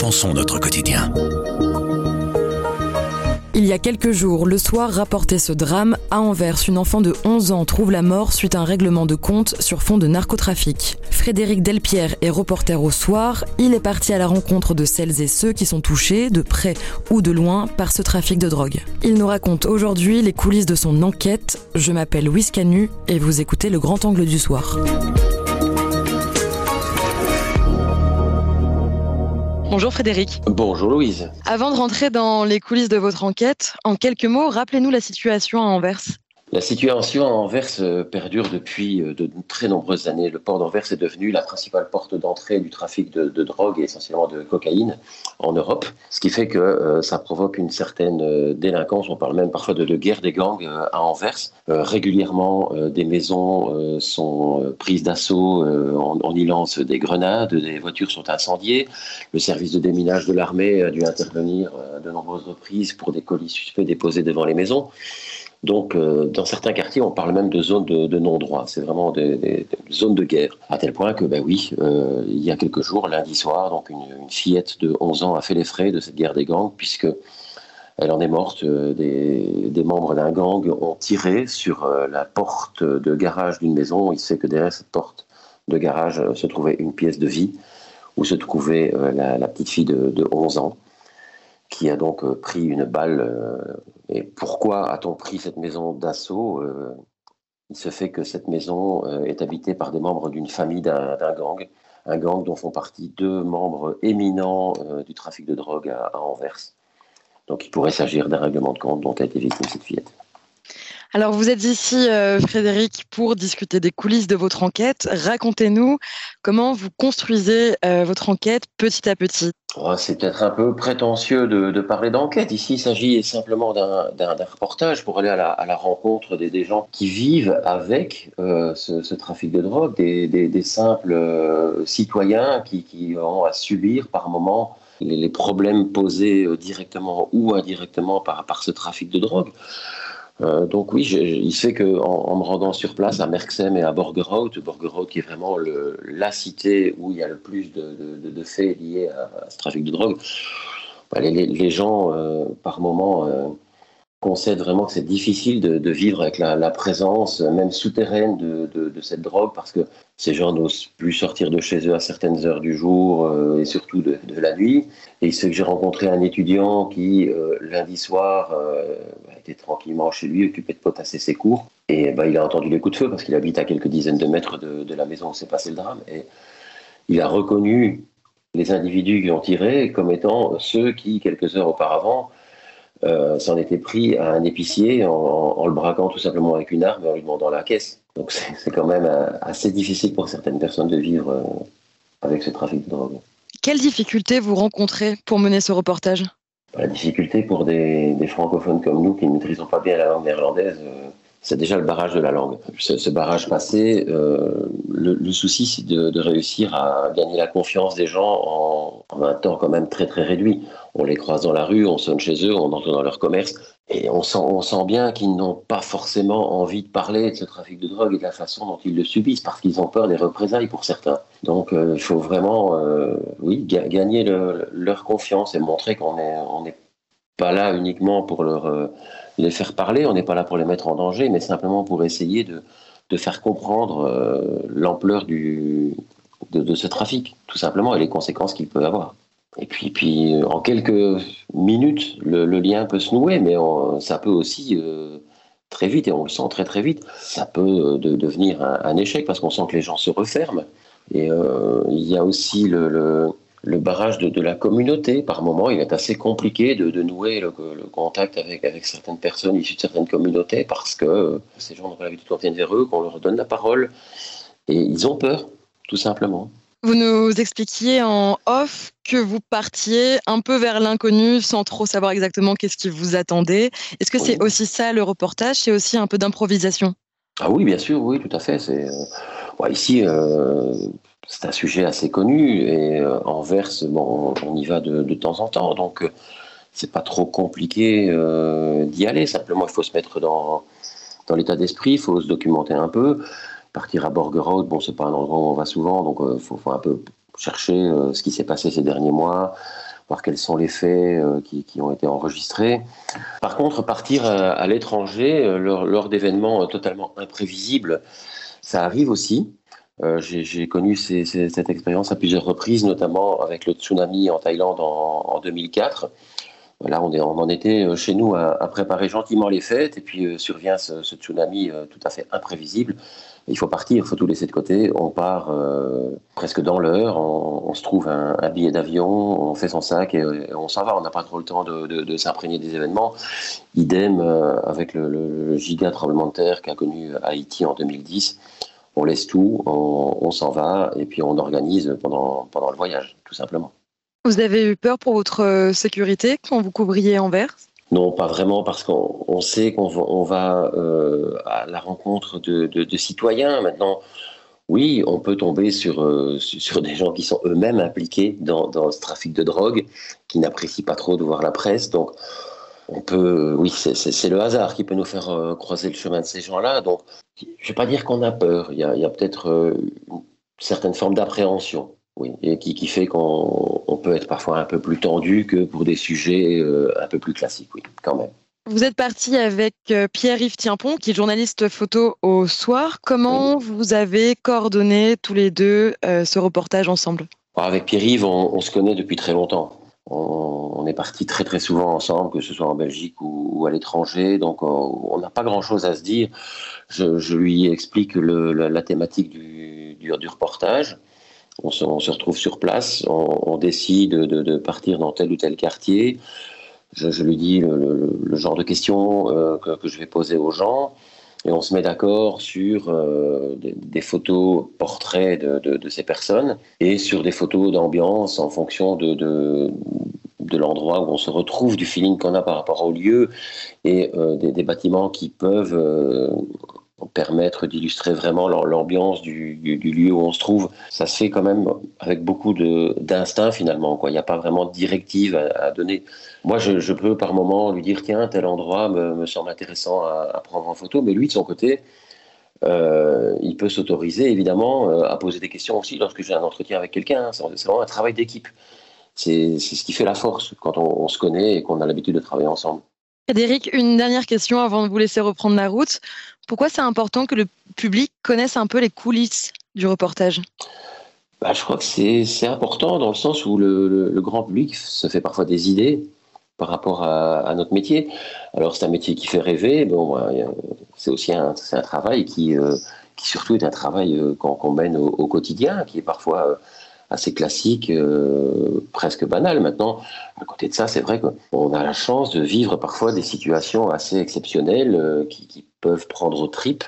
repensons notre quotidien. Il y a quelques jours, Le Soir rapportait ce drame. À Anvers, une enfant de 11 ans trouve la mort suite à un règlement de compte sur fond de narcotrafic. Frédéric Delpierre est reporter au Soir. Il est parti à la rencontre de celles et ceux qui sont touchés, de près ou de loin, par ce trafic de drogue. Il nous raconte aujourd'hui les coulisses de son enquête. Je m'appelle Louise Canu et vous écoutez Le Grand Angle du Soir. Bonjour Frédéric. Bonjour Louise. Avant de rentrer dans les coulisses de votre enquête, en quelques mots, rappelez-nous la situation à Anvers. La situation à Anvers perdure depuis de très nombreuses années. Le port d'Anvers est devenu la principale porte d'entrée du trafic de drogue et essentiellement de cocaïne en Europe, ce qui fait que ça provoque une certaine délinquance. On parle même parfois de guerre des gangs à Anvers. Régulièrement, des maisons sont prises d'assaut, on y lance des grenades, des voitures sont incendiées. Le service de déminage de l'armée a dû intervenir de nombreuses reprises pour des colis suspects déposés devant les maisons. Donc, dans certains quartiers, on parle même de zones de non-droit. C'est vraiment des zones de guerre. À tel point que, il y a quelques jours, lundi soir, donc une fillette de 11 ans a fait les frais de cette guerre des gangs, puisque elle en est morte. Des membres d'un gang ont tiré sur la porte de garage d'une maison. Il se fait que derrière cette porte de garage se trouvait une pièce de vie, où se trouvait la petite fille de 11 ans. Qui a donc pris une balle. Et pourquoi a-t-on pris cette maison d'assaut ? Il se fait que cette maison est habitée par des membres d'une famille d'un gang, un gang dont font partie deux membres éminents du trafic de drogue à Anvers. Donc il pourrait s'agir d'un règlement de compte dont a été victime cette fillette. Alors vous êtes ici, Frédéric, pour discuter des coulisses de votre enquête. Racontez-nous comment vous construisez votre enquête petit à petit. C'est peut-être un peu prétentieux de parler d'enquête. Ici, il s'agit simplement d'un reportage pour aller à la rencontre des gens qui vivent avec ce trafic de drogue, des simples citoyens qui ont à subir par moments les problèmes posés directement ou indirectement par ce trafic de drogue. Donc oui, il se fait qu'en me rendant sur place à Merksem et à Borgerhout qui est vraiment la cité où il y a le plus de faits liés à ce trafic de drogue, les gens, par moments, concèdent vraiment que c'est difficile de vivre avec la présence, même souterraine, de cette drogue, parce que ces gens n'osent plus sortir de chez eux à certaines heures du jour et surtout de la nuit. Et il se fait que j'ai rencontré un étudiant qui, lundi soir, était tranquillement chez lui, occupé de potasser ses cours. Et il a entendu les coups de feu parce qu'il habite à quelques dizaines de mètres de la maison où s'est passé le drame. Et il a reconnu les individus qui ont tiré comme étant ceux qui, quelques heures auparavant, s'en étaient pris à un épicier en le braquant tout simplement avec une arme et en lui demandant la caisse. Donc c'est quand même assez difficile pour certaines personnes de vivre avec ce trafic de drogue. Quelles difficultés vous rencontrez pour mener ce reportage ? La difficulté pour des francophones comme nous qui ne maîtrisons pas bien la langue néerlandaise, c'est déjà le barrage de la langue. Ce barrage passé, le souci c'est de réussir à gagner la confiance des gens en un temps quand même très très réduit. On les croise dans la rue, on sonne chez eux, on entre dans leur commerce et on sent bien qu'ils n'ont pas forcément envie de parler de ce trafic de drogue et de la façon dont ils le subissent parce qu'ils ont peur des représailles pour certains. Donc il faut vraiment gagner leur confiance et montrer qu'on n'est pas là uniquement pour les faire parler, on n'est pas là pour les mettre en danger, mais simplement pour essayer de faire comprendre l'ampleur de ce trafic, tout simplement, et les conséquences qu'il peut avoir. Et puis en quelques minutes, le lien peut se nouer, mais ça peut aussi très vite, et on le sent très très vite, ça peut devenir un échec, parce qu'on sent que les gens se referment. Et il y a aussi le barrage de la communauté. Par moment, il est assez compliqué de nouer le contact avec certaines personnes issues de certaines communautés parce que ces gens n'ont pas l'habitude qu'on vienne vers eux, qu'on leur donne la parole. Et ils ont peur, tout simplement. Vous nous expliquiez en off que vous partiez un peu vers l'inconnu sans trop savoir exactement qu'est-ce qui vous attendait. Est-ce que c'est aussi ça le reportage ? C'est aussi un peu d'improvisation ? Ah oui, bien sûr, oui, tout à fait. Ici, c'est un sujet assez connu et Anvers, on y va de temps en temps, donc c'est pas trop compliqué d'y aller. Simplement, il faut se mettre dans l'état d'esprit, il faut se documenter un peu. Partir à Borgerhout, c'est pas un endroit où on va souvent, donc faut un peu chercher ce qui s'est passé ces derniers mois, voir quels sont les faits qui ont été enregistrés. Par contre, partir à l'étranger lors d'événements totalement imprévisibles, ça arrive aussi. J'ai connu cette expérience à plusieurs reprises, notamment avec le tsunami en Thaïlande en 2004. Là, on en était chez nous à préparer gentiment les fêtes, et puis survient ce tsunami tout à fait imprévisible. Il faut partir, il faut tout laisser de côté. On part presque dans l'heure, on se trouve un billet d'avion, on fait son sac et on s'en va. On n'a pas trop le temps de s'imprégner des événements. Idem avec le giga tremblement de terre qu'a connu Haïti en 2010. On laisse tout, on s'en va et puis on organise pendant le voyage, tout simplement. Vous avez eu peur pour votre sécurité quand vous couvriez Anvers ? Non, pas vraiment, parce qu'on sait qu'on va à la rencontre de citoyens. Maintenant, oui, on peut tomber sur des gens qui sont eux-mêmes impliqués dans ce trafic de drogue, qui n'apprécient pas trop de voir la presse. Donc, on peut, oui, c'est le hasard qui peut nous faire croiser le chemin de ces gens-là. Donc, je ne vais pas dire qu'on a peur. Il y a peut-être une certaine forme d'appréhension. Oui, et qui fait qu'on peut être parfois un peu plus tendu que pour des sujets un peu plus classiques, oui, quand même. Vous êtes parti avec Pierre-Yves Tienpont, qui est journaliste photo au Soir. Comment vous avez coordonné tous les deux ce reportage ensemble ? Alors avec Pierre-Yves, on se connaît depuis très longtemps. On est partis très très souvent ensemble, que ce soit en Belgique ou à l'étranger, donc on n'a pas grand-chose à se dire. Je lui explique la thématique du reportage. On se retrouve sur place, on décide de partir dans tel ou tel quartier. Je lui dis le genre de questions que je vais poser aux gens, et on se met d'accord sur des photos portraits de ces personnes et sur des photos d'ambiance en fonction de l'endroit où on se retrouve, du feeling qu'on a par rapport au lieu, et des bâtiments qui peuvent permettre d'illustrer vraiment l'ambiance du lieu où on se trouve. Ça se fait quand même avec beaucoup d'instinct finalement, quoi. Il n'y a pas vraiment de directive à donner. Moi, je peux par moment lui dire, tiens, tel endroit me semble intéressant à prendre en photo, mais lui, de son côté, il peut s'autoriser évidemment à poser des questions aussi lorsque j'ai un entretien avec quelqu'un. C'est vraiment un travail d'équipe. C'est ce qui fait la force quand on se connaît et qu'on a l'habitude de travailler ensemble. Frédéric, une dernière question avant de vous laisser reprendre la route. Pourquoi c'est important que le public connaisse un peu les coulisses du reportage ? Je crois que c'est important dans le sens où le grand public se fait parfois des idées par rapport à notre métier. Alors c'est un métier qui fait rêver, c'est aussi un travail qui surtout est un travail qu'on mène au quotidien, qui est parfois assez classique, presque banal. Maintenant, à côté de ça, c'est vrai qu'on a la chance de vivre parfois des situations assez exceptionnelles qui peuvent prendre aux tripes,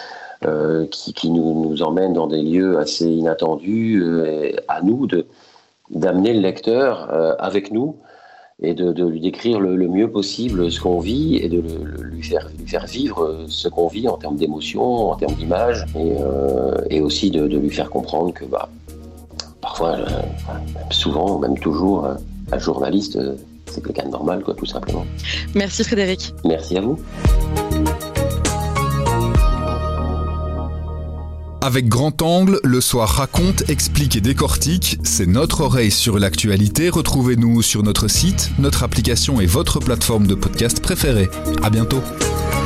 qui nous emmènent dans des lieux assez inattendus, à nous d'amener le lecteur avec nous et de lui décrire le mieux possible ce qu'on vit et de lui faire vivre ce qu'on vit en termes d'émotions, en termes d'images, et aussi de lui faire comprendre que parfois, souvent, même toujours, un journaliste, c'est quelqu'un de normal, tout simplement. Merci Frédéric. Merci à vous. Avec Grand Angle, Le Soir raconte, explique et décortique. C'est notre oreille sur l'actualité. Retrouvez-nous sur notre site, notre application et votre plateforme de podcast préférée. À bientôt.